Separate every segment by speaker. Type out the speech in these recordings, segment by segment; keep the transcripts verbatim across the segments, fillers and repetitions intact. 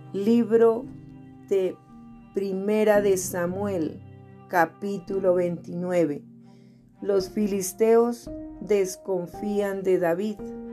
Speaker 1: Libro de Primera de Samuel, capítulo veintinueve. Los filisteos desconfían de David.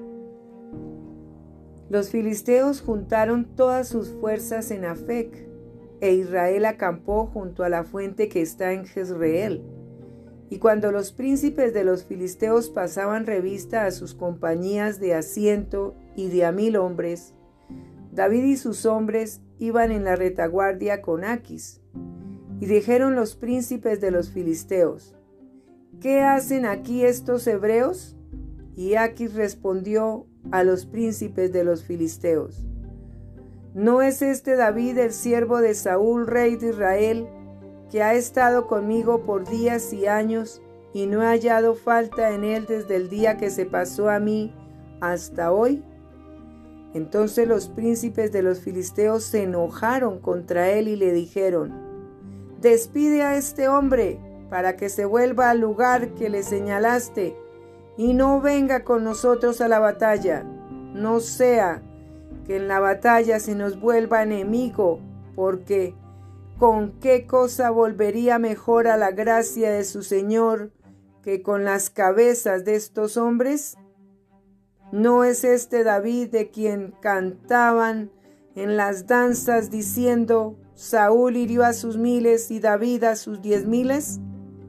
Speaker 1: Los filisteos juntaron todas sus fuerzas en Afec, e Israel acampó junto a la fuente que está en Jezreel. Y cuando los príncipes de los filisteos pasaban revista a sus compañías de a ciento y de a mil hombres, David y sus hombres iban en la retaguardia con Aquis. Y dijeron los príncipes de los filisteos: ¿qué hacen aquí estos hebreos? Y Aquis respondió a los príncipes de los filisteos: ¿no es este David el siervo de Saúl, rey de Israel, que ha estado conmigo por días y años, y no he hallado falta en él desde el día que se pasó a mí hasta hoy? Entonces los príncipes de los filisteos se enojaron contra él y le dijeron: despide a este hombre para que se vuelva al lugar que le señalaste y no venga con nosotros a la batalla, no sea que en la batalla se nos vuelva enemigo, porque ¿con qué cosa volvería mejor a la gracia de su Señor que con las cabezas de estos hombres? ¿No es este David de quien cantaban en las danzas diciendo: Saúl hirió a sus miles y David a sus diez miles?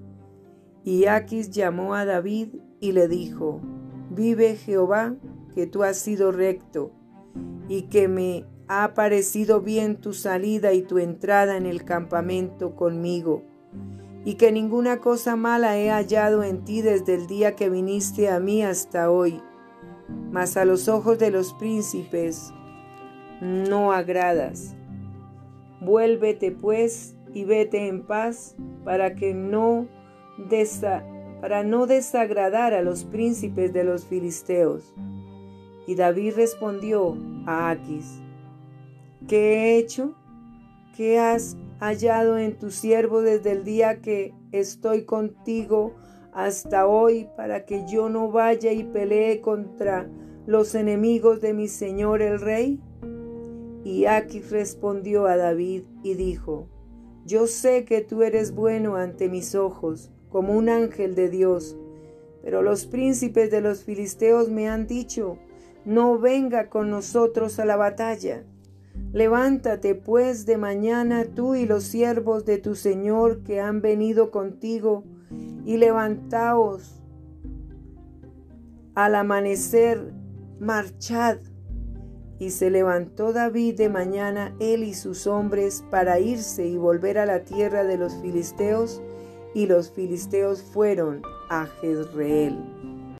Speaker 1: Y Aquis llamó a David y le dijo: vive Jehová, que tú has sido recto, y que me ha parecido bien tu salida y tu entrada en el campamento conmigo, y que ninguna cosa mala he hallado en ti desde el día que viniste a mí hasta hoy. Mas a los ojos de los príncipes no agradas. Vuélvete pues y vete en paz, para que no desa, para no desagradar a los príncipes de los filisteos. Y David respondió a Aquis: ¿qué he hecho? ¿Qué has hallado en tu siervo desde el día que estoy contigo hasta hoy, para que yo no vaya y pelee contra los enemigos de mi señor el rey? Y Aquis respondió a David y dijo: yo sé que tú eres bueno ante mis ojos, como un ángel de Dios, pero los príncipes de los filisteos me han dicho: no venga con nosotros a la batalla. Levántate pues de mañana tú y los siervos de tu señor que han venido contigo, y levantaos al amanecer, marchad. Y se levantó David de mañana, él y sus hombres, para irse y volver a la tierra de los filisteos, y los filisteos fueron a Jezreel.